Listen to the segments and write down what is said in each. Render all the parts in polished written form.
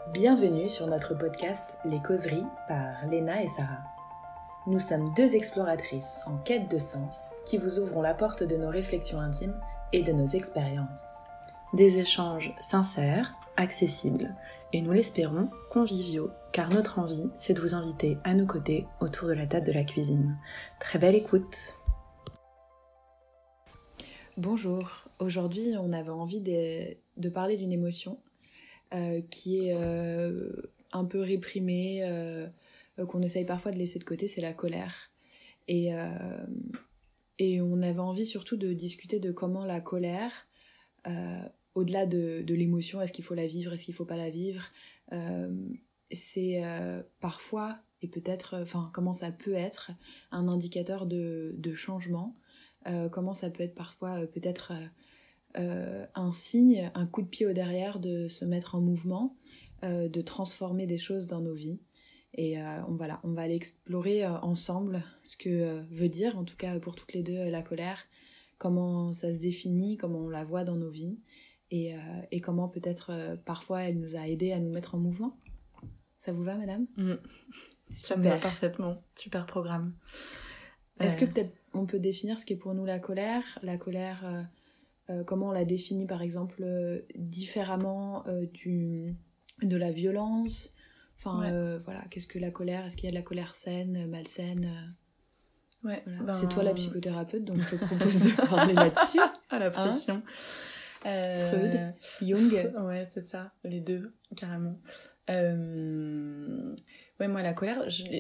Bienvenue sur notre podcast Les Causeries par Léna et Sarah. Nous sommes deux exploratrices en quête de sens qui vous ouvrons la porte de nos réflexions intimes et de nos expériences. Des échanges sincères, accessibles et nous l'espérons conviviaux, car notre envie c'est de vous inviter à nos côtés autour de la table de la cuisine. Très belle écoute. Bonjour, aujourd'hui on avait envie de parler d'une émotion qui est un peu réprimée, qu'on essaye parfois de laisser de côté, c'est la colère. Et on avait envie surtout de discuter de comment la colère, au-delà de l'émotion, est-ce qu'il faut la vivre, est-ce qu'il ne faut pas la vivre, c'est parfois, et peut-être, comment ça peut être un indicateur de changement, comment ça peut être parfois peut-être un signe, un coup de pied au derrière de se mettre en mouvement, de transformer des choses dans nos vies. Et on va aller explorer ensemble ce que veut dire, en tout cas pour toutes les deux, la colère, comment ça se définit, comment on la voit dans nos vies, et comment peut-être parfois elle nous a aidés à nous mettre en mouvement. Ça vous va, madame ? Ça me va parfaitement, super programme. Est-ce que peut-être on peut définir ce qu'est pour nous la colère, comment on la définit par exemple différemment de la violence, voilà, qu'est-ce que la colère, est-ce qu'il y a de la colère saine, malsaine, Ouais, voilà. C'est toi la psychothérapeute, donc je te propose de parler là-dessus. À la pression. Freud, Jung. Ouais, c'est ça, les deux, carrément. Ouais, moi la colère, je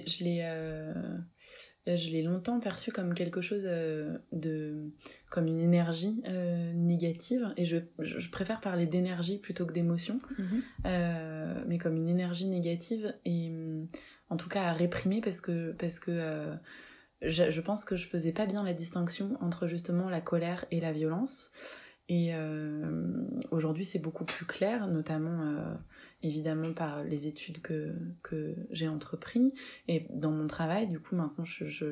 l'ai longtemps perçue comme quelque chose comme une énergie négative, et je préfère parler d'énergie plutôt que d'émotion, mais comme une énergie négative, et en tout cas à réprimer, parce que je pense que je faisais pas bien la distinction entre justement la colère et la violence, et aujourd'hui c'est beaucoup plus clair, notamment évidemment par les études que j'ai entrepris et dans mon travail. Du coup maintenant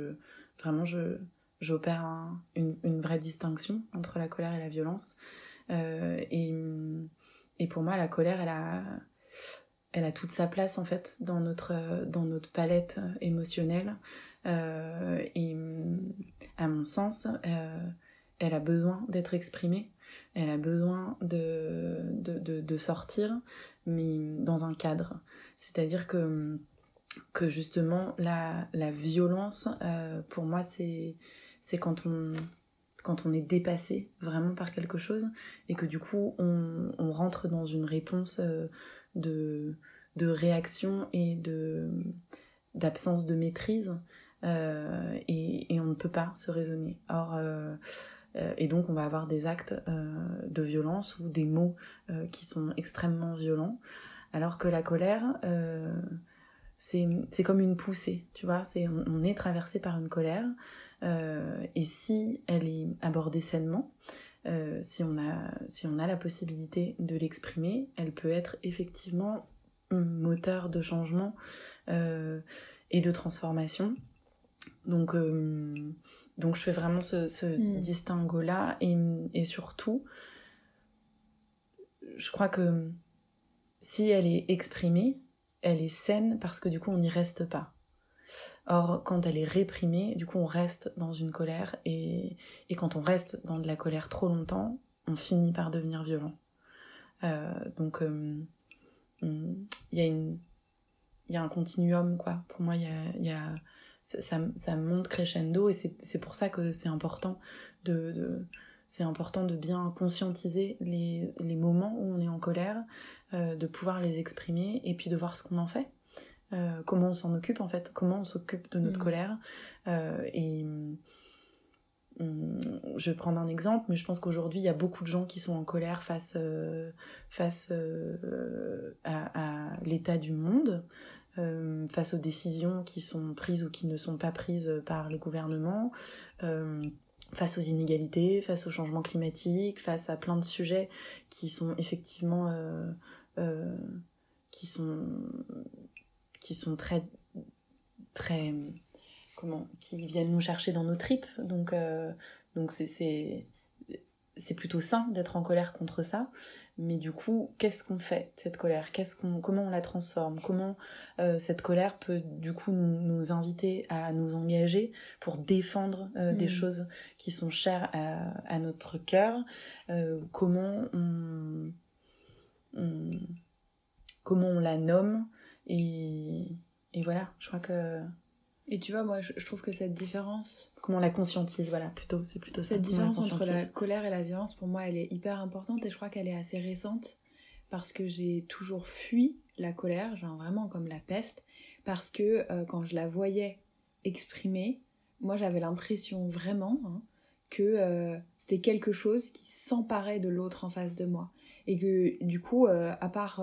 j'opère une vraie distinction entre la colère et la violence, et pour moi la colère elle a toute sa place en fait dans notre palette émotionnelle, et à mon sens elle a besoin d'être exprimée, elle a besoin de sortir, mais dans un cadre. C'est-à-dire que justement la violence, pour moi c'est quand on est dépassé vraiment par quelque chose, et que du coup on rentre dans une réponse de réaction et d'absence de maîtrise, et on ne peut pas se raisonner. Or et donc on va avoir des actes de violence ou des mots qui sont extrêmement violents, alors que la colère c'est comme une poussée, tu vois, on est traversé par une colère, et si elle est abordée sainement, si on a la possibilité de l'exprimer, elle peut être effectivement un moteur de changement et de transformation. Donc je fais vraiment ce distinguo-là, et surtout, je crois que si elle est exprimée, elle est saine parce que du coup on n'y reste pas. Or, quand elle est réprimée, du coup on reste dans une colère, et quand on reste dans de la colère trop longtemps, on finit par devenir violent. Donc il y a un continuum, quoi. Pour moi, ça monte crescendo, et c'est pour ça que c'est important de bien conscientiser les moments où on est en colère, de pouvoir les exprimer, et puis de voir ce qu'on en fait, comment on s'en occupe en fait, comment on s'occupe de notre colère, et je vais prendre un exemple, mais je pense qu'aujourd'hui il y a beaucoup de gens qui sont en colère face à l'état du monde, face aux décisions qui sont prises ou qui ne sont pas prises par les gouvernements, face aux inégalités, face au changement climatique, face à plein de sujets qui sont effectivement qui sont très très qui viennent nous chercher dans nos tripes, donc c'est c'est plutôt sain d'être en colère contre ça, mais du coup, qu'est-ce qu'on fait de cette colère ? Comment on la transforme ? Comment cette colère peut du coup nous inviter à nous engager pour défendre des choses qui sont chères à notre cœur ? Comment on la nomme ? Et voilà, je crois que... Et tu vois, moi, je trouve que cette différence... Comment on la conscientise, voilà, c'est plutôt ça. Cette différence entre la colère et la violence, pour moi, elle est hyper importante et je crois qu'elle est assez récente parce que j'ai toujours fui la colère, genre vraiment comme la peste, parce que quand je la voyais exprimée, moi, j'avais l'impression vraiment que c'était quelque chose qui s'emparait de l'autre en face de moi. Et que, du coup, à part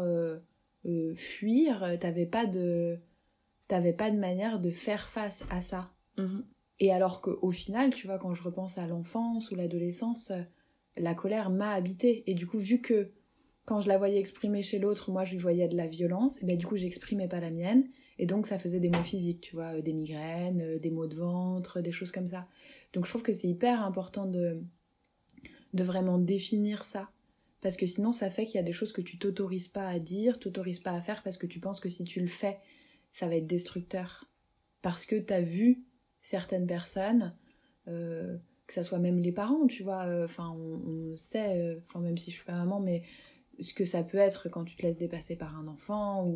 fuir, t'avais pas de manière de faire face à ça. Et alors qu'au final, tu vois, quand je repense à l'enfance ou l'adolescence, la colère m'a habitée. Et du coup, vu que quand je la voyais exprimer chez l'autre, moi je lui voyais de la violence, et ben du coup j'exprimais pas la mienne. Et donc ça faisait des maux physiques, tu vois, des migraines, des maux de ventre, des choses comme ça. Donc je trouve que c'est hyper important de vraiment définir ça. Parce que sinon ça fait qu'il y a des choses que tu t'autorises pas à dire, t'autorises pas à faire parce que tu penses que si tu le fais, ça va être destructeur. Parce que t'as vu certaines personnes, que ça soit même les parents, tu vois, on sait, même si je suis pas maman, mais ce que ça peut être quand tu te laisses dépasser par un enfant,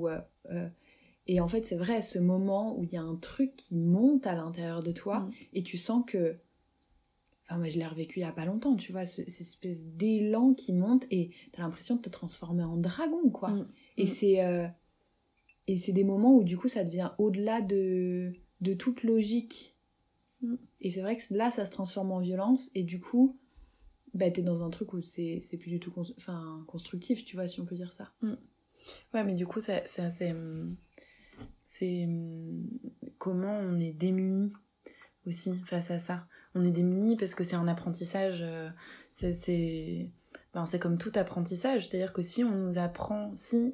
et en fait c'est vrai, ce moment où il y a un truc qui monte à l'intérieur de toi, et tu sens que, moi je l'ai revécu il y a pas longtemps, tu vois, cette espèce d'élan qui monte, et t'as l'impression de te transformer en dragon, quoi. Et c'est des moments où du coup ça devient au-delà de toute logique. Et c'est vrai que là ça se transforme en violence et du coup t'es dans un truc où c'est plus du tout constructif, tu vois, si on peut dire ça. Ouais, mais du coup c'est assez... c'est comment on est démunis aussi face à ça. On est démunis parce que c'est un apprentissage, c'est comme tout apprentissage, c'est-à-dire que si on nous apprend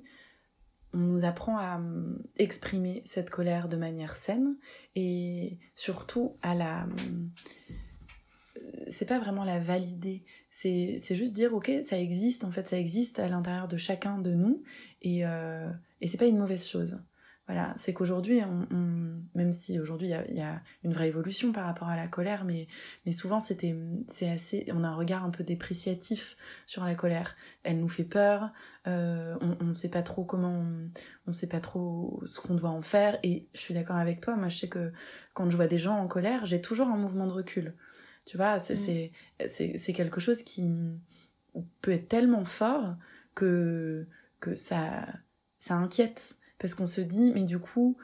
à exprimer cette colère de manière saine et surtout à la... c'est pas vraiment la valider, c'est juste dire ok, ça existe, en fait ça existe à l'intérieur de chacun de nous et c'est pas une mauvaise chose. Voilà, c'est qu'aujourd'hui, même si aujourd'hui il y a une vraie évolution par rapport à la colère, mais souvent on a un regard un peu dépréciatif sur la colère. Elle nous fait peur, on sait pas trop on sait pas trop ce qu'on doit en faire. Et je suis d'accord avec toi, moi je sais que quand je vois des gens en colère, j'ai toujours un mouvement de recul. Tu vois, c'est quelque chose qui peut être tellement fort que ça inquiète. Parce qu'on se dit, mais du coup,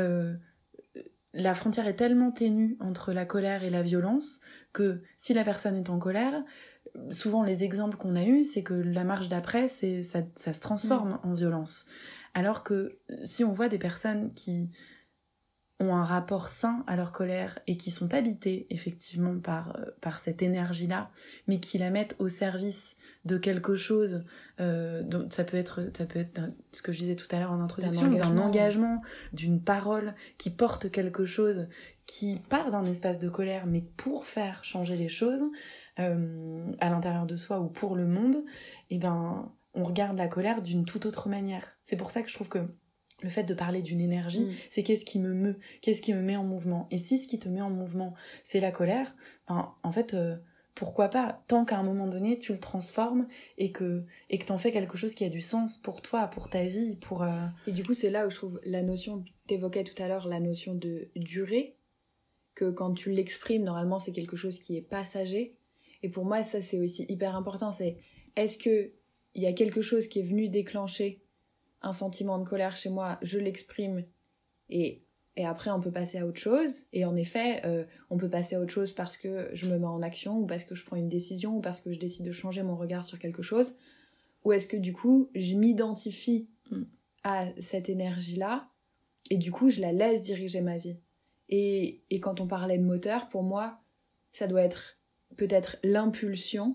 la frontière est tellement ténue entre la colère et la violence que si la personne est en colère, souvent les exemples qu'on a eus, c'est que la marche d'après, ça se transforme en violence. Alors que si on voit des personnes qui ont un rapport sain à leur colère et qui sont habitées effectivement par cette énergie-là, mais qui la mettent au service de quelque chose, donc ça peut être ce que je disais tout à l'heure en introduction, d'un engagement, d'une parole qui porte quelque chose, qui part d'un espace de colère, mais pour faire changer les choses à l'intérieur de soi ou pour le monde, on regarde la colère d'une toute autre manière. C'est pour ça que je trouve que le fait de parler d'une énergie, c'est qu'est-ce qui me met en mouvement. Et si ce qui te met en mouvement, c'est la colère, en fait, pourquoi pas, tant qu'à un moment donné, tu le transformes et que t'en fais quelque chose qui a du sens pour toi, pour ta vie, pour... Et du coup, c'est là où je trouve la notion, t'évoquais tout à l'heure, la notion de durée, que quand tu l'exprimes, normalement, c'est quelque chose qui est passager. Et pour moi, ça, c'est aussi hyper important. C'est, est-ce qu'il y a quelque chose qui est venu déclencher un sentiment de colère chez moi, je l'exprime et après on peut passer à autre chose. Et en effet, on peut passer à autre chose parce que je me mets en action ou parce que je prends une décision ou parce que je décide de changer mon regard sur quelque chose. Ou est-ce que du coup, je m'identifie à cette énergie-là et du coup, je la laisse diriger ma vie. Et quand on parlait de moteur, pour moi, ça doit être peut-être l'impulsion,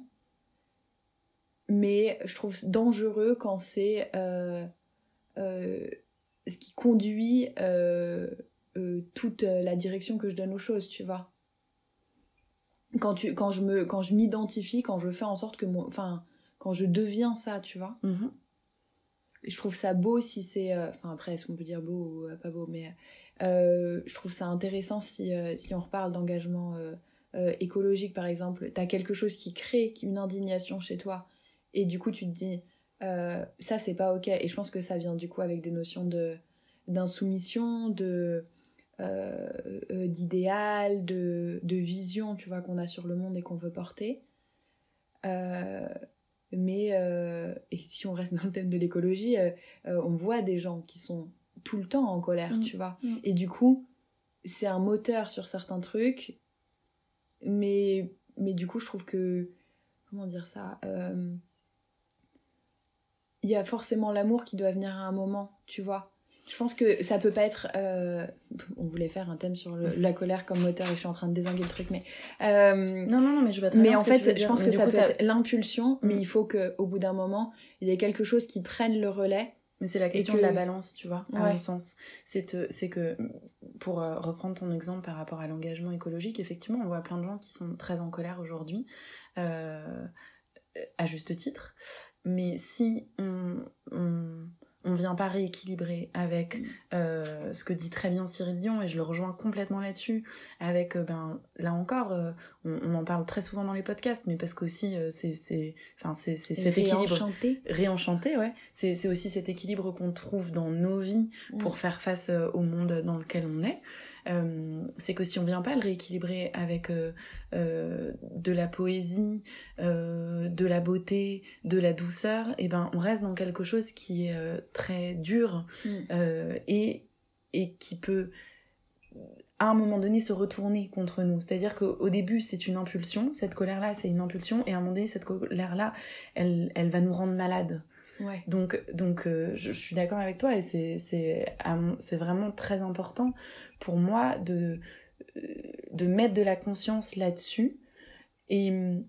mais je trouve dangereux quand c'est... ce qui conduit toute la direction que je donne aux choses, tu vois. quand je m'identifie, quand je fais en sorte que quand je deviens ça, tu vois. Je trouve ça beau si c'est... après, est-ce qu'on peut dire beau ou pas beau, mais je trouve ça intéressant si on reparle d'engagement écologique, par exemple. T'as quelque chose qui crée une indignation chez toi, et du coup, tu te dis, ça, c'est pas OK. Et je pense que ça vient, du coup, avec des notions d'insoumission, d'idéal, de vision, tu vois, qu'on a sur le monde et qu'on veut porter. Mais et si on reste dans le thème de l'écologie, on voit des gens qui sont tout le temps en colère, tu vois. Et du coup, c'est un moteur sur certains trucs, mais du coup, je trouve que... Comment dire ça, il y a forcément l'amour qui doit venir à un moment, tu vois. Je pense que ça peut pas être... On voulait faire un thème sur la colère comme moteur et je suis en train de dézinguer le truc, mais... Non, mais je vois très bien mais en ce que tu veux fait, je dire. pense Mais que du ça coup, peut être l'impulsion, mais il faut qu'au bout d'un moment, il y ait quelque chose qui prenne le relais. Mais c'est la question de la balance, tu vois, à mon sens. C'est que, pour reprendre ton exemple par rapport à l'engagement écologique, effectivement, on voit plein de gens qui sont très en colère aujourd'hui, à juste titre. Mais si on vient pas rééquilibrer avec ce que dit très bien Cyril Dion, et je le rejoins complètement là-dessus, avec, là encore, on en parle très souvent dans les podcasts, mais parce qu'aussi, c'est cet équilibre... Réenchanté, ouais. C'est aussi cet équilibre qu'on trouve dans nos vies pour faire face au monde dans lequel on est. C'est que si on vient pas le rééquilibrer avec de la poésie, de la beauté, de la douceur, et on reste dans quelque chose qui est très dur et qui peut à un moment donné se retourner contre nous. C'est-à-dire qu'au début c'est une impulsion, cette colère-là c'est une impulsion, et à un moment donné cette colère-là elle va nous rendre malades. Ouais. Donc je suis d'accord avec toi, et c'est vraiment très important pour moi de mettre de la conscience là-dessus et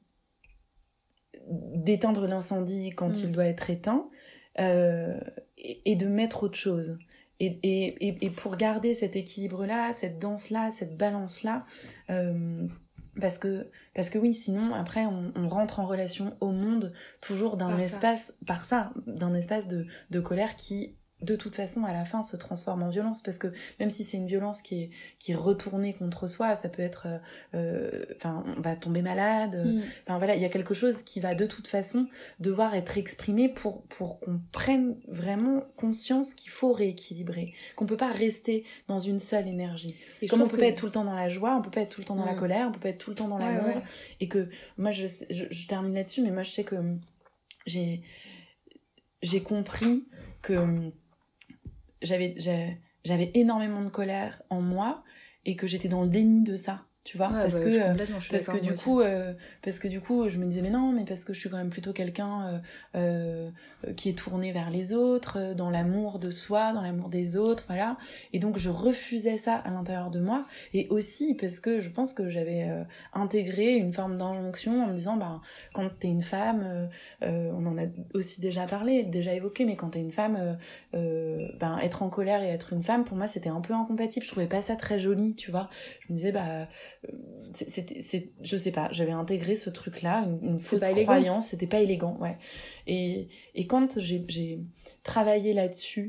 d'éteindre l'incendie quand il doit être éteint, et de mettre autre chose. Et pour garder cet équilibre-là, cette danse-là, cette balance-là, parce que oui, sinon après on rentre en relation au monde toujours d'un espace d'un espace de colère qui de toute façon à la fin se transforme en violence, parce que même si c'est une violence qui est retournée contre soi, ça peut être on va tomber malade, voilà, il y a quelque chose qui va de toute façon devoir être exprimé pour qu'on prenne vraiment conscience qu'il faut rééquilibrer, qu'on peut pas rester dans une seule énergie. Et comme on peut pas être tout le temps dans la joie, on peut pas être tout le temps dans la colère, on peut pas être tout le temps dans l'amour. Et que moi je termine là-dessus, mais moi je sais que j'ai compris que j'avais énormément de colère en moi et que j'étais dans le déni de ça, tu vois, parce que du coup je me disais mais non, mais parce que je suis quand même plutôt quelqu'un qui est tourné vers les autres, dans l'amour de soi, dans l'amour des autres, voilà, et donc je refusais ça à l'intérieur de moi, et aussi parce que je pense que j'avais intégré une forme d'injonction en me disant quand t'es une femme, on en a aussi déjà parlé, déjà évoqué, mais quand t'es une femme, être en colère et être une femme, pour moi c'était un peu incompatible, je trouvais pas ça très joli, tu vois, je me disais je sais pas, j'avais intégré ce truc là, une fausse croyance, c'était pas élégant, ouais. Et quand j'ai travaillé là-dessus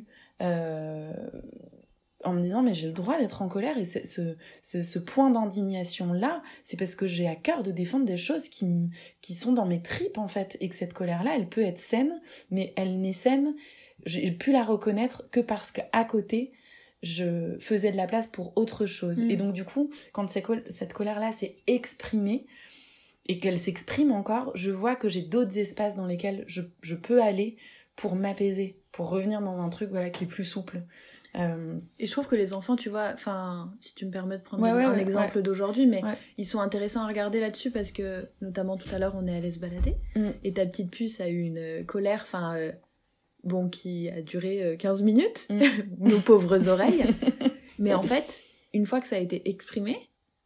en me disant mais j'ai le droit d'être en colère, et ce point d'indignation là, c'est parce que j'ai à cœur de défendre des choses qui sont dans mes tripes en fait, et que cette colère là elle peut être saine, mais elle n'est saine, j'ai pu la reconnaître que parce qu'à côté je faisais de la place pour autre chose. Et donc du coup quand cette colère-là s'est exprimée et qu'elle s'exprime encore, je vois que j'ai d'autres espaces dans lesquels je peux aller pour m'apaiser, pour revenir dans un truc qui est plus souple. Et je trouve que les enfants, tu vois, si tu me permets de prendre un exemple d'aujourd'hui, mais ils sont intéressants à regarder là-dessus, parce que notamment tout à l'heure on est allé se balader et ta petite puce a eu une colère qui a duré 15 minutes, nos pauvres oreilles. Mais en fait, une fois que ça a été exprimé,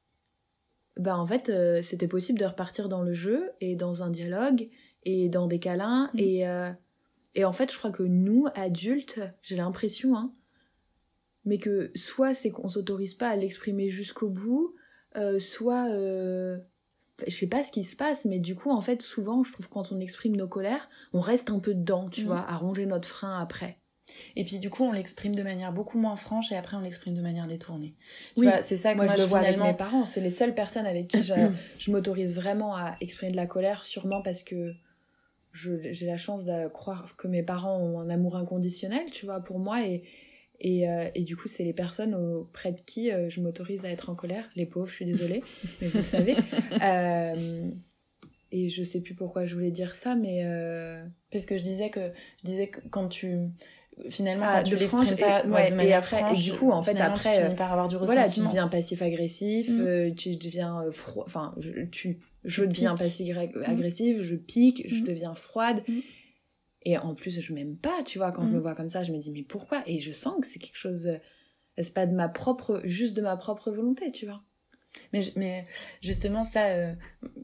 c'était possible de repartir dans le jeu et dans un dialogue et dans des câlins. Et en fait, je crois que nous, adultes, j'ai l'impression, mais que soit c'est qu'on s'autorise pas à l'exprimer jusqu'au bout, soit... je sais pas ce qui se passe, mais du coup, en fait, souvent, je trouve quand on exprime nos colères, on reste un peu dedans, tu vois, à ronger notre frein après. Et puis du coup, on l'exprime de manière beaucoup moins franche et après, on l'exprime de manière détournée. Oui, tu vois, c'est ça que moi je le vois finalement... avec mes parents. C'est les seules personnes avec qui je m'autorise vraiment à exprimer de la colère, sûrement parce que j'ai la chance de croire que mes parents ont un amour inconditionnel, tu vois, pour moi. Et du coup, c'est les personnes auprès de qui je m'autorise à être en colère. Les pauvres, je suis désolée, mais vous le savez. Et je sais plus pourquoi je voulais dire ça, mais... Parce que je disais que quand tu... Finalement, quand tu l'exprimes pas de manière et après, franche, et du coup, en fait, après, tu finis par avoir du voilà, ressentiment. tu deviens passif-agressif, tu deviens froid, enfin, je deviens passif-agressive, je pique, je deviens froide. Et en plus, je m'aime pas, tu vois, quand je me vois comme ça, je me dis, mais pourquoi? Et je sens que c'est quelque chose, c'est pas juste de ma propre volonté, tu vois. Mais justement, ça...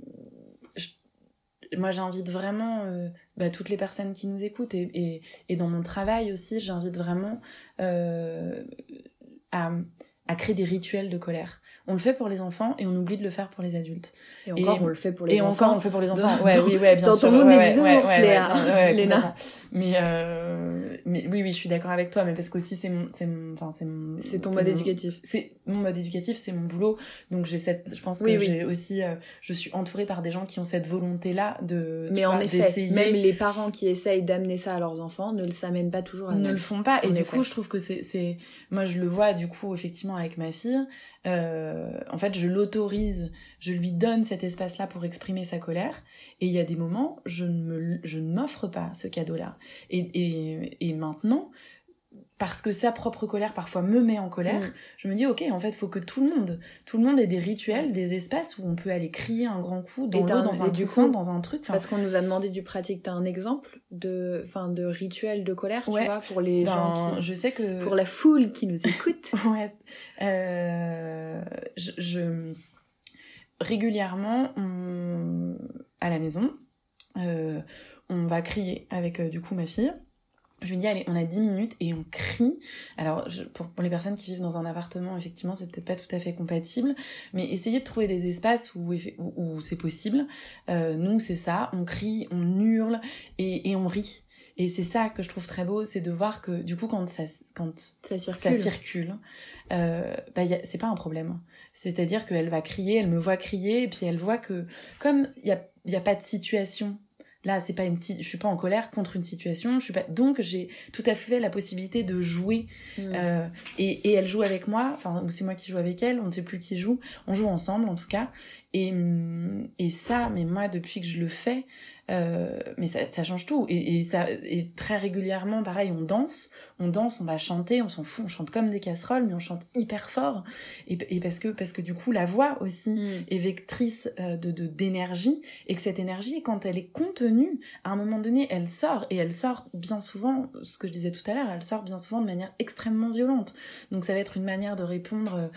moi j'invite vraiment toutes les personnes qui nous écoutent et dans mon travail aussi j'invite vraiment à créer des rituels de colère. On le fait pour les enfants et on oublie de le faire pour les adultes. Et encore, on le fait pour les enfants. Et encore, on le fait pour les enfants. Bien sûr. Dans ton monde des bisounours, Léa. Léna. Mais oui, je suis d'accord avec toi, mais parce qu'aussi c'est ton mode éducatif. C'est mon mode éducatif, c'est mon boulot. Donc je pense que j'ai aussi, je suis entourée par des gens qui ont cette volonté-là mais en effet, d'essayer. Même les parents qui essayent d'amener ça à leurs enfants ne s'amènent pas toujours à ne le font pas. Et du coup, je trouve que moi je le vois du coup effectivement avec ma fille. En fait, je l'autorise, je lui donne cet espace-là pour exprimer sa colère. Et il y a des moments, je ne m'offre pas ce cadeau-là. Et maintenant, parce que sa propre colère parfois me met en colère, je me dis ok, en fait, il faut que tout le monde ait des rituels, des espaces où on peut aller crier un grand coup dans l'eau, dans un coussin, dans un truc. Parce qu'on nous a demandé du pratique, t'as un exemple de rituel de colère, tu vois, pour les gens qui... Je sais que... Pour la foule qui nous écoute. Ouais. Régulièrement, à la maison, on va crier avec du coup ma fille. Je lui dis, allez, on a 10 minutes et on crie. Alors, pour les personnes qui vivent dans un appartement, effectivement, c'est peut-être pas tout à fait compatible, mais essayez de trouver des espaces où c'est possible. Nous, c'est ça, on crie, on hurle et on rit. Et c'est ça que je trouve très beau, c'est de voir que du coup, quand ça circule, c'est pas un problème. C'est-à-dire qu'elle va crier, elle me voit crier, et puis elle voit que, comme il y a pas de situation, là, je suis pas en colère contre une situation, donc j'ai tout à fait la possibilité de jouer. Et elle joue avec moi, enfin, c'est moi qui joue avec elle, on ne sait plus qui joue, on joue ensemble en tout cas. Et ça, mais moi, depuis que je le fais, mais ça change tout. Et très régulièrement, pareil, on danse, on va chanter, on s'en fout, on chante comme des casseroles, mais on chante hyper fort. Et parce que du coup, la voix aussi est vectrice d'énergie, et que cette énergie, quand elle est contenue, à un moment donné, elle sort, et elle sort bien souvent, ce que je disais tout à l'heure, elle sort bien souvent de manière extrêmement violente. Donc ça va être une manière de répondre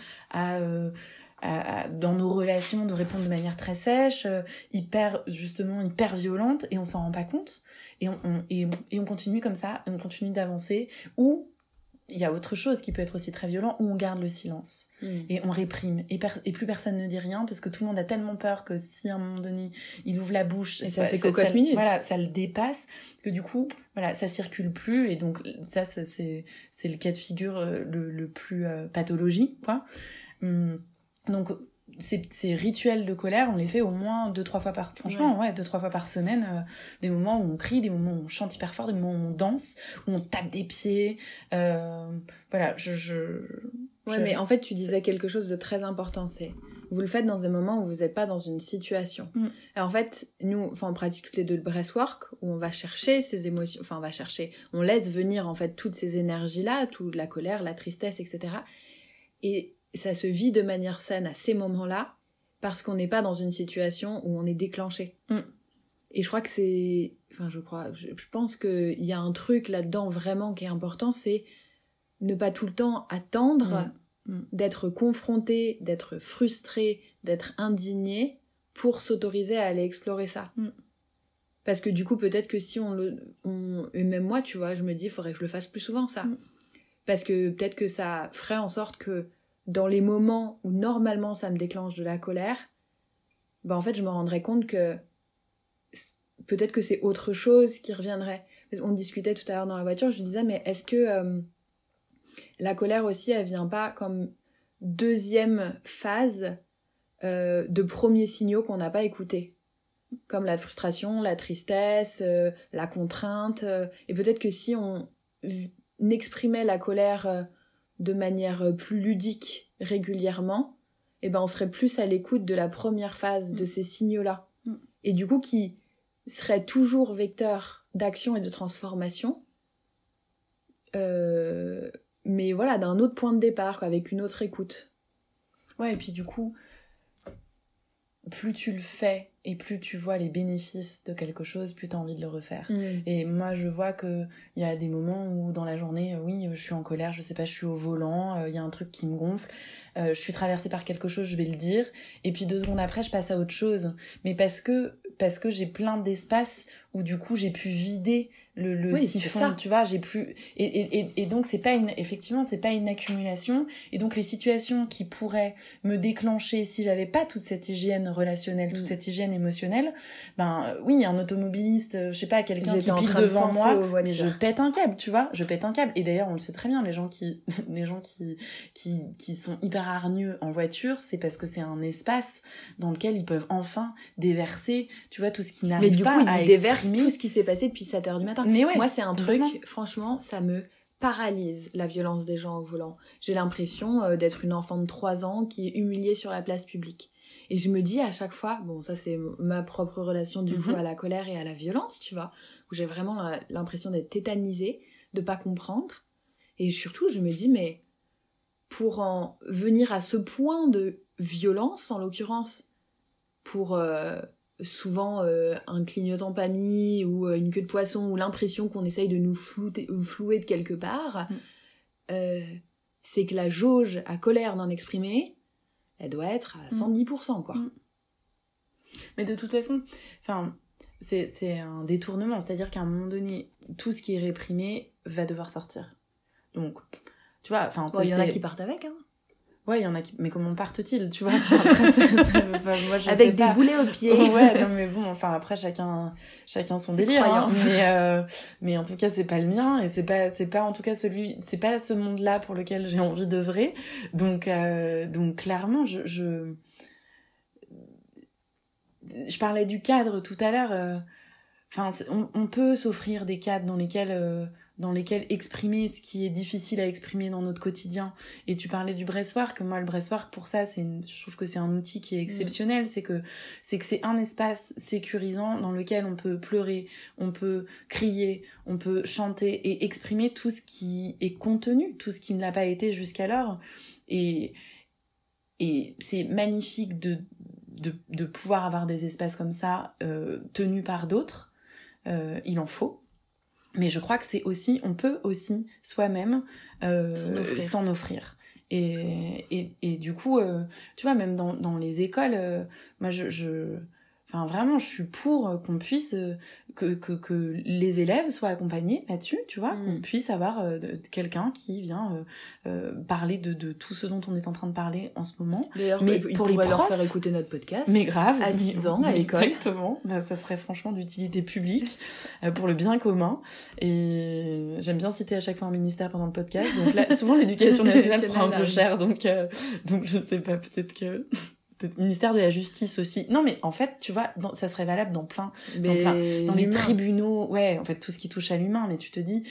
dans nos relations, de répondre de manière très sèche, hyper violente, et on s'en rend pas compte, et on continue comme ça, on continue d'avancer, ou il y a autre chose qui peut être aussi très violent, où on garde le silence, et on réprime, et plus personne ne dit rien, parce que tout le monde a tellement peur que si à un moment donné, il ouvre la bouche, et ça fait cocotte minutes. Voilà, ça le dépasse, que du coup, voilà, ça circule plus, et donc ça c'est le cas de figure le plus pathologique, quoi. Donc ces rituels de colère, on les fait au moins 2-3 fois par... Franchement, 2-3 fois par semaine. Des moments où on crie, des moments où on chante hyper fort, des moments où on danse, où on tape des pieds. Voilà, mais en fait, tu disais quelque chose de très important, c'est... Vous le faites dans des moments où vous n'êtes pas dans une situation. Et en fait, nous, on pratique toutes les deux le breathwork, où on va chercher ces émotions... on laisse venir, en fait, toutes ces énergies-là, toute la colère, la tristesse, etc. Et ça se vit de manière saine à ces moments-là, parce qu'on n'est pas dans une situation où on est déclenché. Et je crois que c'est... je pense qu'il y a un truc là-dedans vraiment qui est important, c'est ne pas tout le temps attendre d'être confronté, d'être frustré, d'être indigné pour s'autoriser à aller explorer ça. Parce que du coup, peut-être que si et même moi, tu vois, je me dis, il faudrait que je le fasse plus souvent, ça. Parce que peut-être que ça ferait en sorte que dans les moments où normalement ça me déclenche de la colère, bah en fait je me rendrais compte que peut-être que c'est autre chose qui reviendrait. On discutait tout à l'heure dans la voiture, je lui disais mais est-ce que la colère aussi elle vient pas comme deuxième phase de premiers signaux qu'on n'a pas écoutés, comme la frustration, la tristesse, la contrainte, et peut-être que si on exprimait la colère de manière plus ludique régulièrement, et ben on serait plus à l'écoute de la première phase de ces signaux-là. Et du coup, qui serait toujours vecteur d'action et de transformation, mais voilà, d'un autre point de départ, quoi, avec une autre écoute. Ouais, et puis du coup, plus tu le fais et plus tu vois les bénéfices de quelque chose, plus tu as envie de le refaire. Et moi, je vois qu'il y a des moments où dans la journée, oui, je suis en colère, je sais pas, je suis au volant, il y a un truc qui me gonfle, je suis traversée par quelque chose, je vais le dire, et puis 2 secondes après, je passe à autre chose. Mais parce que j'ai plein d'espace où du coup, j'ai pu vider le siphon, tu vois, j'ai plus... Et donc, effectivement, c'est pas une accumulation. Et donc, les situations qui pourraient me déclencher si j'avais pas toute cette hygiène relationnelle, toute cette hygiène émotionnelle, ben oui, un automobiliste, je sais pas, quelqu'un qui pile devant moi, mais je pète un câble, tu vois, je pète un câble. Et d'ailleurs, on le sait très bien, les gens qui sont hyper hargneux en voiture, c'est parce que c'est un espace dans lequel ils peuvent enfin déverser, tu vois, tout ce qui n'arrive pas à exprimer. Mais du coup, ils déversent tout ce qui s'est passé depuis 7h du matin. Mais ouais, moi, c'est un truc, franchement, ça me paralyse, la violence des gens au volant. J'ai l'impression d'être une enfant de 3 ans qui est humiliée sur la place publique. Et je me dis à chaque fois, bon, ça c'est ma propre relation du coup à la colère et à la violence, tu vois, où j'ai vraiment l'impression d'être tétanisée, de pas comprendre. Et surtout, je me dis, mais pour en venir à ce point de violence, en l'occurrence, pour souvent un clignotant pas mis ou une queue de poisson ou l'impression qu'on essaye de nous flouer de quelque part, c'est que la jauge à colère d'en exprimer, elle doit être à 110%, quoi. Mais de toute façon, c'est un détournement, c'est-à-dire qu'à un moment donné, tout ce qui est réprimé va devoir sortir. Donc, tu vois, il y en a qui partent avec, hein. Ouais, il y en a qui... Mais comment partent-ils, tu vois? Après, moi, avec des boulets aux pieds. Ouais, non, mais bon, après, chacun son délire, hein. Mais en tout cas, c'est pas le mien, et c'est pas en tout cas c'est pas ce monde-là pour lequel j'ai envie d'œuvrer. Donc clairement, je parlais du cadre tout à l'heure. On peut s'offrir des cadres dans lesquels exprimer ce qui est difficile à exprimer dans notre quotidien. Et tu parlais du breastwork. Moi, le breastwork, pour ça, je trouve que c'est un outil qui est exceptionnel. C'est que c'est un espace sécurisant dans lequel on peut pleurer, on peut crier, on peut chanter et exprimer tout ce qui est contenu, tout ce qui ne l'a pas été jusqu'alors. Et c'est magnifique de pouvoir avoir des espaces comme ça, tenus par d'autres. Il en faut. Mais je crois que on peut aussi soi-même s'en offrir. Et du coup, tu vois, même dans les écoles, moi vraiment, je suis pour qu'on puisse que les élèves soient accompagnés là-dessus, tu vois, qu'on puisse avoir quelqu'un qui vient parler de tout ce dont on est en train de parler en ce moment. D'ailleurs, mais pour les profs, leur faire écouter notre podcast. Mais grave. À 6 ans, à l'école. Exactement. Ça serait franchement d'utilité publique pour le bien commun. Et j'aime bien citer à chaque fois un ministère pendant le podcast. Donc là, souvent, l'éducation nationale prend un peu cher. Donc je sais pas, peut-être ministère de la justice aussi. Non, mais en fait, tu vois, ça serait valable dans dans les tribunaux. Ouais, en fait, tout ce qui touche à l'humain. Mais tu te dis,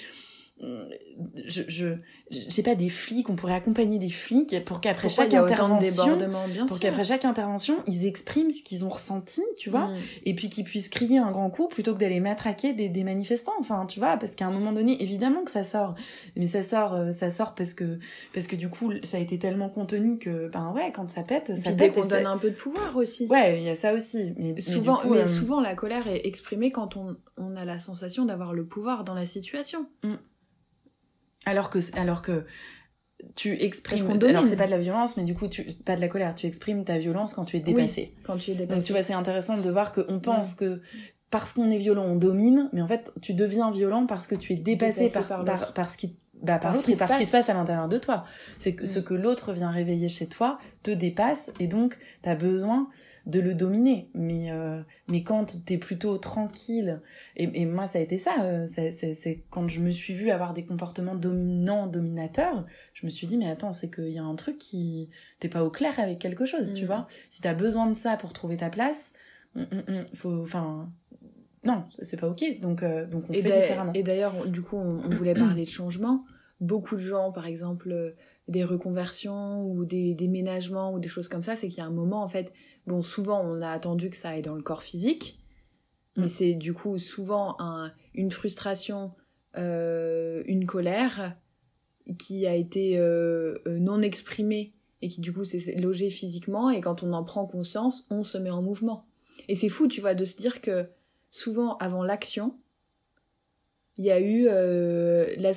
je sais pas, des flics, on pourrait accompagner des flics pour qu'après chaque intervention, ils expriment ce qu'ils ont ressenti, tu vois, et puis qu'ils puissent crier un grand coup plutôt que d'aller matraquer des manifestants, enfin, tu vois, parce qu'à un moment donné, évidemment que ça sort, mais ça sort parce que du coup, ça a été tellement contenu que, quand ça pète, ça pète. Dès qu'on donne un peu de pouvoir aussi. Ouais, il y a ça aussi. Mais souvent, la colère est exprimée quand on a la sensation d'avoir le pouvoir dans la situation. Alors que tu exprimes... Alors, c'est pas de la violence, mais du coup, pas de la colère. Tu exprimes ta violence quand tu es dépassé. Oui, quand tu es dépassé. Donc, tu vois, c'est intéressant de voir qu'on pense que parce qu'on est violent, on domine, mais en fait, tu deviens violent parce que tu es dépassé par ce qui... par ce qui se passe à l'intérieur de toi. C'est que ce que l'autre vient réveiller chez toi te dépasse, et donc, t'as besoin le dominer. Mais quand t'es plutôt tranquille, et moi ça a été ça, c'est quand je me suis vue avoir des comportements dominants, dominateurs, je me suis dit mais attends, c'est qu'il y a un truc qui... T'es pas au clair avec quelque chose, tu vois. Si t'as besoin de ça pour trouver ta place, faut... Enfin... Non, c'est pas ok, donc on fait différemment. Et d'ailleurs, du coup, on voulait parler de changement. Beaucoup de gens, par exemple, des reconversions ou des déménagements ou des choses comme ça, c'est qu'il y a un moment, en fait, bon, souvent, on a attendu que ça aille dans le corps physique, mais c'est du coup souvent une frustration, une colère qui a été non exprimée et qui, du coup, s'est logée physiquement, et quand on en prend conscience, on se met en mouvement. Et c'est fou, tu vois, de se dire que souvent, avant l'action, il y a eu la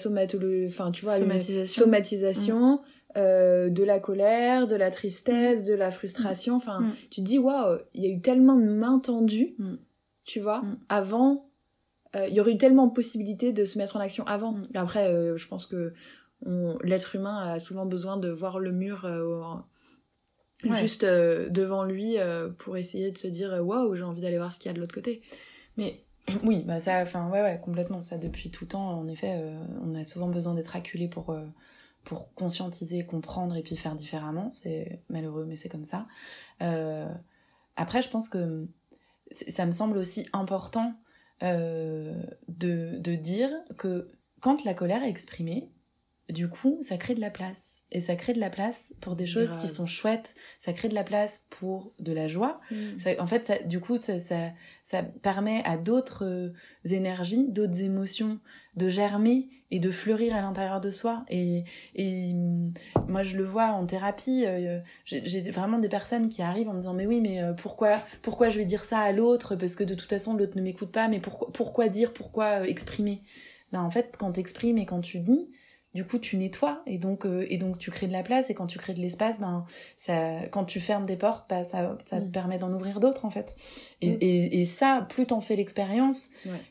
somatisation de la colère, de la tristesse, de la frustration. Enfin, tu te dis, waouh, il y a eu tellement de mains tendues, tu vois, avant. Il y aurait eu tellement de possibilités de se mettre en action avant. Et après, je pense que l'être humain a souvent besoin de voir le mur juste devant lui pour essayer de se dire, waouh, j'ai envie d'aller voir ce qu'il y a de l'autre côté. Mais oui, bah ça, enfin ouais, complètement, ça depuis tout temps, en effet, on a souvent besoin d'être acculé pour conscientiser, comprendre et puis faire différemment. C'est malheureux, mais c'est comme ça. Après, je pense que ça me semble aussi important de dire que quand la colère est exprimée, du coup, ça crée de la place. Et ça crée de la place pour des choses qui sont chouettes. Ça crée de la place pour de la joie. En fait, ça permet à d'autres énergies, d'autres émotions de germer et de fleurir à l'intérieur de soi. Et moi, je le vois en thérapie. J'ai vraiment des personnes qui arrivent en me disant « Mais oui, mais pourquoi je vais dire ça à l'autre ? Parce que de toute façon, l'autre ne m'écoute pas. Mais pourquoi dire ? Pourquoi exprimer ?» En fait, quand t'exprimes et quand tu dis... Du coup, tu nettoies et donc tu crées de la place, et quand tu crées de l'espace, quand tu fermes des portes, ça te permet d'en ouvrir d'autres en fait. Et ça, plus t'en fais l'expérience,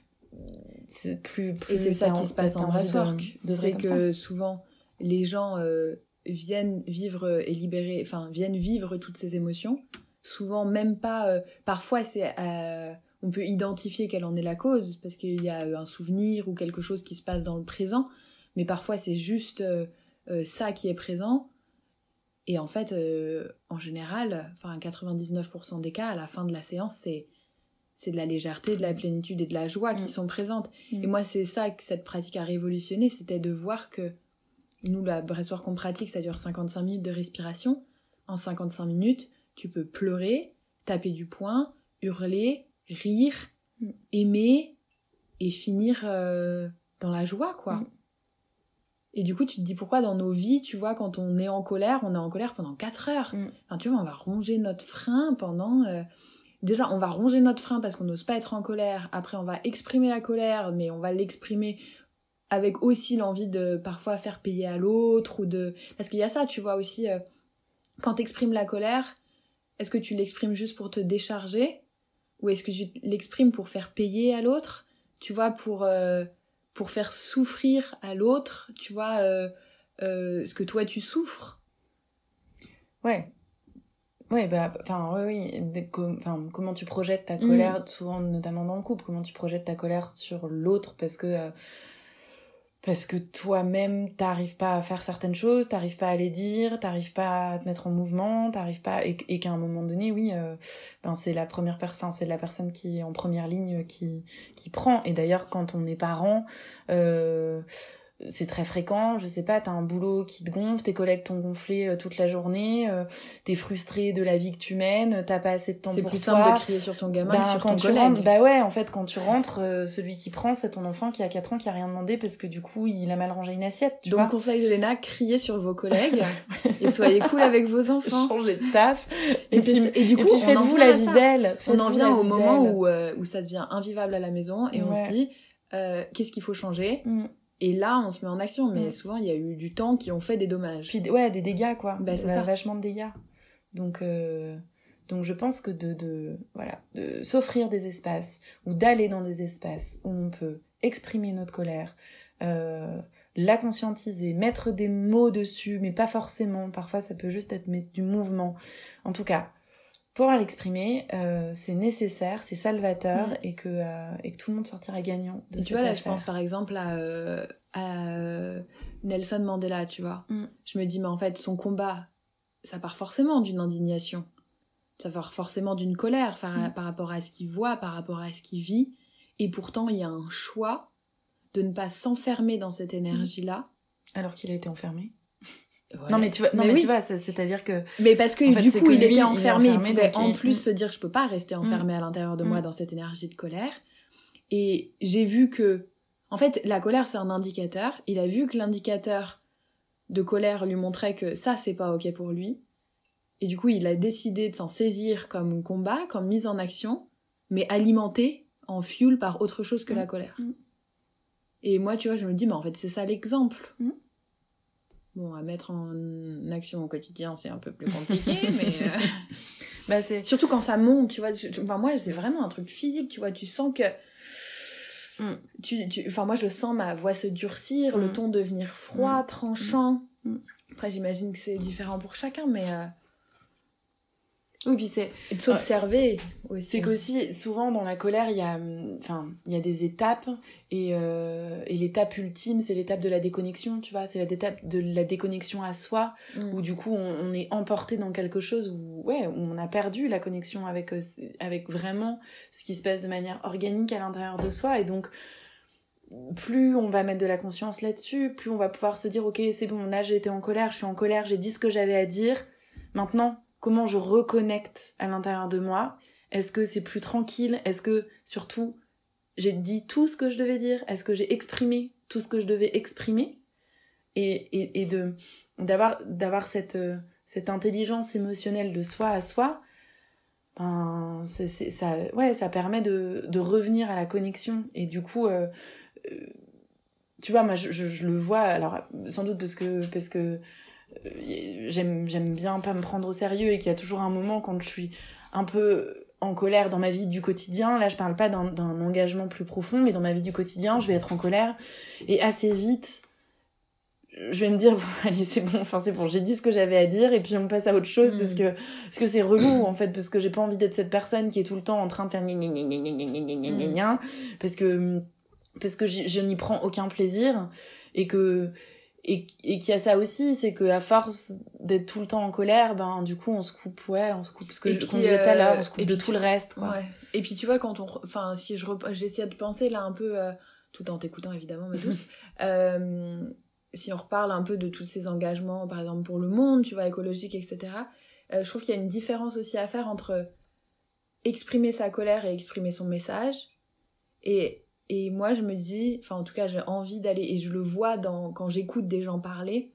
c'est plus et c'est ça qui se passe en breathwork. C'est que ça. Souvent les gens viennent vivre viennent vivre toutes ces émotions. Souvent même pas. Parfois on peut identifier quelle en est la cause parce qu'il y a un souvenir ou quelque chose qui se passe dans le présent. Mais parfois, c'est juste ça qui est présent. Et en fait, en général, 99% des cas, à la fin de la séance, c'est de la légèreté, de la plénitude et de la joie qui sont présentes. Et moi, c'est ça que cette pratique a révolutionné, c'était de voir que nous, la breathwork qu'on pratique, ça dure 55 minutes de respiration. En 55 minutes, tu peux pleurer, taper du poing, hurler, rire, aimer et finir dans la joie, quoi. Et du coup, tu te dis pourquoi dans nos vies, tu vois, quand on est en colère pendant 4 heures. Enfin, tu vois, on va ronger notre frein pendant... Déjà, on va ronger notre frein parce qu'on n'ose pas être en colère. Après, on va exprimer la colère, mais on va l'exprimer avec aussi l'envie de parfois faire payer à l'autre ou de... Parce qu'il y a ça, tu vois, aussi, quand t'exprimes la colère, est-ce que tu l'exprimes juste pour te décharger ou est-ce que tu l'exprimes pour faire payer à l'autre, tu vois, pour faire souffrir à l'autre, tu vois, ce que toi tu souffres. Ouais, comment tu projettes ta colère, souvent notamment dans le couple, comment tu projettes ta colère sur l'autre parce que toi-même t'arrives pas à faire certaines choses, t'arrives pas à les dire, t'arrives pas à te mettre en mouvement, t'arrives pas et qu'à un moment donné, c'est la c'est la personne qui est en première ligne qui prend. Et d'ailleurs, quand on est parent, c'est très fréquent, je sais pas, t'as un boulot qui te gonfle, tes collègues t'ont gonflé toute la journée, t'es frustré de la vie que tu mènes, t'as pas assez de temps pour toi. C'est plus simple de crier sur ton gamin que sur ton collègue. En fait, quand tu rentres, celui qui prend, c'est ton enfant qui a 4 ans, qui a rien demandé parce que du coup, il a mal rangé une assiette, tu vois. Donc, conseil de Léna, criez sur vos collègues et soyez cool avec vos enfants. Changez de taf. Et du coup, faites-vous la vie belle. On en vient au moment où ça devient invivable à la maison et on se dit, qu'est-ce qu'il faut changer ? Et là, on se met en action, mais souvent, il y a eu du temps qui ont fait des dommages. Puis, des dégâts, quoi. C'est ça. Vachement de dégâts. Donc je pense que de s'offrir des espaces, ou d'aller dans des espaces où on peut exprimer notre colère, la conscientiser, mettre des mots dessus, mais pas forcément. Parfois, ça peut juste être mettre du mouvement. En tout cas, pouvoir l'exprimer, c'est nécessaire, c'est salvateur, et que tout le monde sortira gagnant de cette tu vois, là, affaire. je pense par exemple à Nelson Mandela, tu vois. Je me dis, mais en fait, son combat, ça part forcément d'une indignation. Ça part forcément d'une colère par rapport à ce qu'il voit, par rapport à ce qu'il vit. Et pourtant, il y a un choix de ne pas s'enfermer dans cette énergie-là. Alors qu'il a été enfermé. Ouais. Non mais tu vois, tu vois, c'est-à-dire que... Mais parce que en fait, du coup, il était enfermé, il pouvait donc en plus se dire, je peux pas rester enfermé à l'intérieur de moi dans cette énergie de colère. Et j'ai vu que, en fait, la colère, c'est un indicateur. Il a vu que l'indicateur de colère lui montrait que ça, c'est pas ok pour lui. Et du coup, il a décidé de s'en saisir comme combat, comme mise en action, mais alimenté en fuel par autre chose que la colère. Et moi, tu vois, je me dis, mais en fait, c'est ça l'exemple. Bon, à mettre en action au quotidien, c'est un peu plus compliqué, mais... c'est... Surtout quand ça monte, tu vois. Enfin, moi, c'est vraiment un truc physique, tu vois. Tu sens que... Enfin, moi, je sens ma voix se durcir, le ton devenir froid, tranchant. Après, j'imagine que c'est différent pour chacun, mais... Oui, puis c'est... Et de s'observer aussi. C'est qu'aussi, souvent, dans la colère, il y a des étapes, et l'étape ultime, c'est l'étape de la déconnexion, tu vois. C'est l'étape de la déconnexion à soi, où du coup, on est emporté dans quelque chose où on a perdu la connexion avec vraiment ce qui se passe de manière organique à l'intérieur de soi, et donc... plus on va mettre de la conscience là-dessus, plus on va pouvoir se dire, ok, c'est bon, là j'ai été en colère, je suis en colère, j'ai dit ce que j'avais à dire, maintenant, comment je reconnecte à l'intérieur de moi? Est-ce que c'est plus tranquille? Est-ce que, surtout, j'ai dit tout ce que je devais dire? Est-ce que j'ai exprimé tout ce que je devais exprimer? Et d'avoir cette intelligence émotionnelle de soi à soi, ça permet de revenir à la connexion. Et du coup, tu vois, moi, je le vois, alors, sans doute parce que j'aime bien pas me prendre au sérieux, et qu'il y a toujours un moment quand je suis un peu en colère dans ma vie du quotidien. Là, je parle pas d'un engagement plus profond, mais dans ma vie du quotidien, je vais être en colère, et assez vite, je vais me dire, bon, allez, c'est bon, j'ai dit ce que j'avais à dire, et puis on passe à autre chose, parce que c'est relou, en fait, parce que j'ai pas envie d'être cette personne qui est tout le temps en train de faire gna, parce que je n'y prends aucun plaisir, et qu'il y a ça aussi, c'est que à force d'être tout le temps en colère, du coup on se coupe, ce que qu'on disait tout à l'heure, on se coupe de tout le reste, quoi. Ouais. Et puis tu vois, si j'essaie de penser là un peu, tout en t'écoutant évidemment, ma douce, si on reparle un peu de tous ces engagements, par exemple pour le monde, tu vois, écologique, etc., je trouve qu'il y a une différence aussi à faire entre exprimer sa colère et exprimer son message. Et moi, je me dis, enfin, en tout cas, j'ai envie d'aller, et je le vois quand j'écoute des gens parler,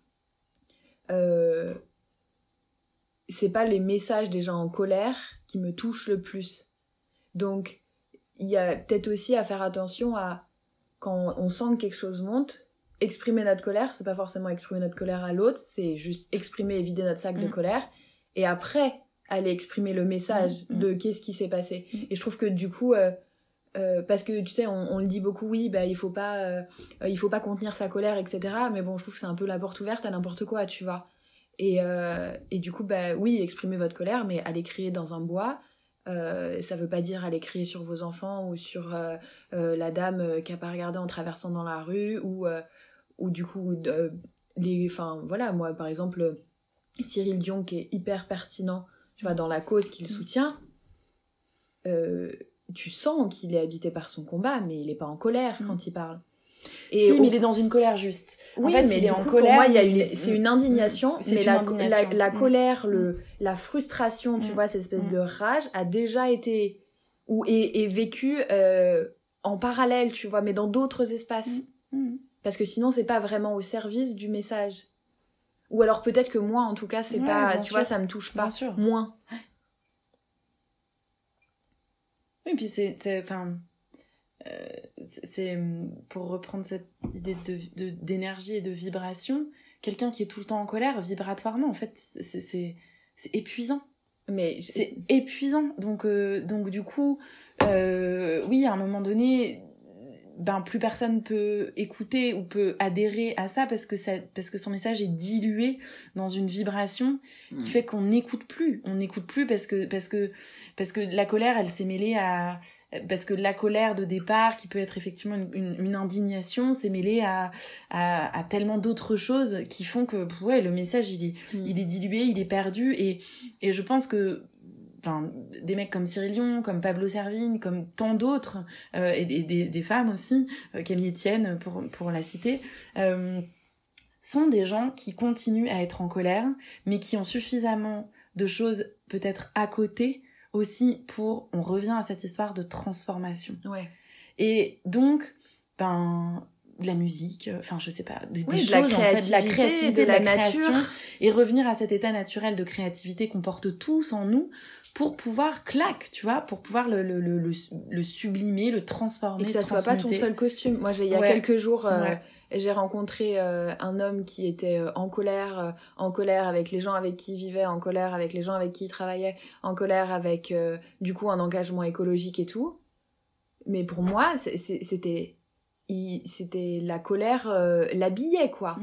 c'est pas les messages des gens en colère qui me touchent le plus. Donc, il y a peut-être aussi à faire attention à, quand on sent que quelque chose monte, exprimer notre colère, c'est pas forcément exprimer notre colère à l'autre, c'est juste exprimer et vider notre sac de colère, et après, aller exprimer le message de qu'est-ce qui s'est passé. Et je trouve que du coup... parce que tu sais, on le dit beaucoup, oui, il faut pas contenir sa colère, etc. Mais bon, je trouve que c'est un peu la porte ouverte à n'importe quoi, tu vois. Et du coup, oui, exprimez votre colère, mais allez crier dans un bois. Ça veut pas dire aller crier sur vos enfants, ou sur la dame qui a pas regardé en traversant dans la rue, ou du coup, enfin, voilà, moi, par exemple, Cyril Dion, qui est hyper pertinent, tu vois, dans la cause qu'il soutient, tu sens qu'il est habité par son combat, mais il est pas en colère quand il parle. Et mais il est dans une colère juste. Oui, en fait, mais il est en coup, colère. Pour moi, c'est une indignation, mais la colère, la frustration, tu vois, cette espèce de rage a déjà été ou est vécue en parallèle, tu vois, mais dans d'autres espaces. Parce que sinon, c'est pas vraiment au service du message. Ou alors peut-être que moi, en tout cas, c'est pas, tu vois, ça me touche pas. Moins. Oui, puis c'est pour reprendre cette idée d'énergie et de vibration, quelqu'un qui est tout le temps en colère, vibratoirement, en fait, c'est épuisant. C'est épuisant. Donc du coup, oui, à un moment donné, plus personne peut écouter ou peut adhérer à ça parce que son message est dilué dans une vibration qui fait qu'on n'écoute plus. On n'écoute plus parce que la colère, elle s'est mêlée à... Parce que la colère de départ, qui peut être effectivement une indignation, s'est mêlée à tellement d'autres choses qui font que le message, il est dilué, il est perdu. Et je pense que des mecs comme Cyril Dion, comme Pablo Servigne, comme tant d'autres, et des femmes aussi, Camille Etienne pour la citer, sont des gens qui continuent à être en colère, mais qui ont suffisamment de choses peut-être à côté aussi on revient à cette histoire de transformation. Ouais. Et donc, de la musique, je sais pas, des choses, de la créativité, de la création, nature. Et revenir à cet état naturel de créativité qu'on porte tous en nous pour pouvoir pour pouvoir le sublimer, le transformer, et que ça soit pas ton seul costume. Moi, il y a quelques jours, j'ai rencontré un homme qui était en colère avec les gens avec qui il vivait, en colère avec les gens avec qui il travaillait, en colère avec, du coup, un engagement écologique et tout. Mais pour moi, c'était la colère l'habillait, quoi.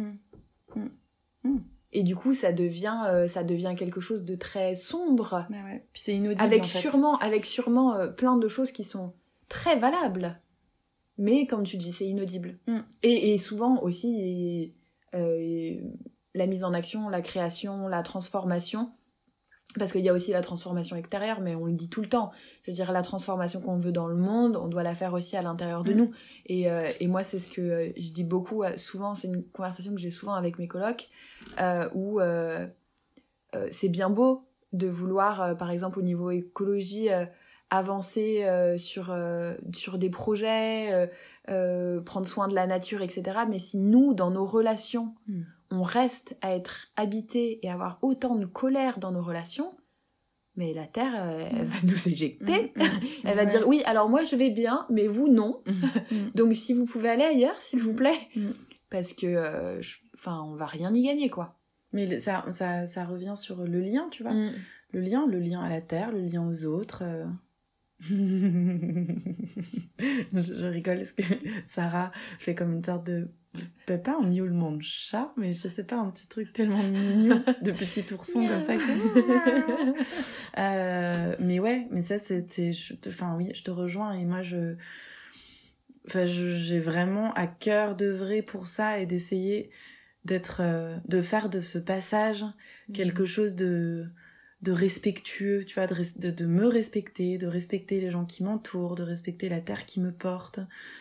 Et du coup, ça devient quelque chose de très sombre. Puis c'est inaudible, avec sûrement plein de choses qui sont très valables. Mais comme tu dis, c'est inaudible. Et souvent aussi, la mise en action, la création, la transformation, parce qu'il y a aussi la transformation extérieure, mais on le dit tout le temps. Je veux dire, la transformation qu'on veut dans le monde, on doit la faire aussi à l'intérieur de nous. Et moi, c'est ce que je dis beaucoup, souvent, c'est une conversation que j'ai souvent avec mes colocs, où c'est bien beau de vouloir, par exemple, au niveau écologie, avancer sur des projets, prendre soin de la nature, etc. Mais si nous, dans nos relations, on reste à être habité et avoir autant de colère dans nos relations, mais la Terre, elle va nous éjecter. Elle va dire, oui, alors moi je vais bien, mais vous non. Donc si vous pouvez aller ailleurs, s'il vous plaît. Parce que, on va rien y gagner, quoi. Mais ça revient sur le lien, tu vois. Le lien à la Terre, le lien aux autres... je rigole parce que Sarah fait comme une sorte de... pas un miaulement de chat, mais je sais pas, un petit truc tellement mignon de petit ourson comme ça mais ça je te rejoins. Et moi j'ai vraiment à cœur d'œuvrer pour ça et d'essayer de faire de ce passage quelque chose de respectueux, tu vois, de me respecter, de respecter les gens qui m'entourent, de respecter la terre qui me porte,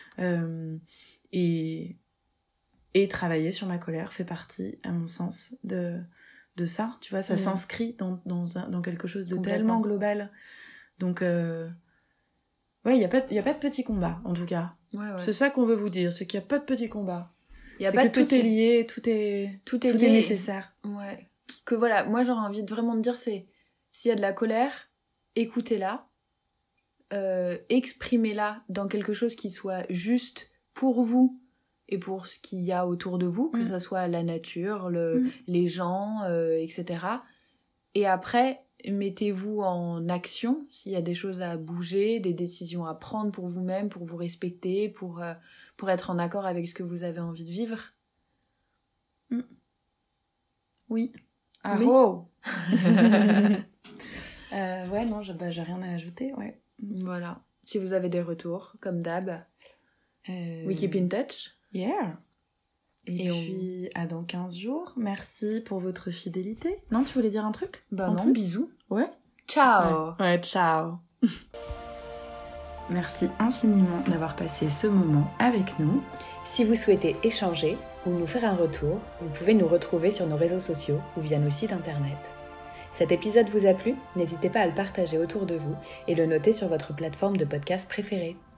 et travailler sur ma colère fait partie, à mon sens, de ça, tu vois, ça s'inscrit dans quelque chose de tellement global. Donc, il y a pas de petit combat, en tout cas. C'est ça qu'on veut vous dire, c'est qu'il n'y a pas de petit combat. Tout est lié, tout est nécessaire. Ouais. Que voilà, moi j'aurais envie de vraiment de dire, c'est s'il y a de la colère, écoutez-la, exprimez-la dans quelque chose qui soit juste pour vous et pour ce qu'il y a autour de vous, que ça soit la nature, les gens, etc. Et après, mettez-vous en action s'il y a des choses à bouger, des décisions à prendre pour vous-même, pour vous respecter, pour être en accord avec ce que vous avez envie de vivre. Oui. Ah oui. Oh non, j'ai rien à ajouter, ouais. Voilà. Si vous avez des retours, comme d'hab, we keep in touch. Yeah. Et puis, à dans 15 jours. Merci pour votre fidélité. Non, tu voulais dire un truc ? Non, bisous. Ouais. Ciao. Ouais, ciao. Merci infiniment d'avoir passé ce moment avec nous. Si vous souhaitez échanger ou nous faire un retour, vous pouvez nous retrouver sur nos réseaux sociaux ou via nos sites internet. Cet épisode vous a plu ? N'hésitez pas à le partager autour de vous et le noter sur votre plateforme de podcast préférée.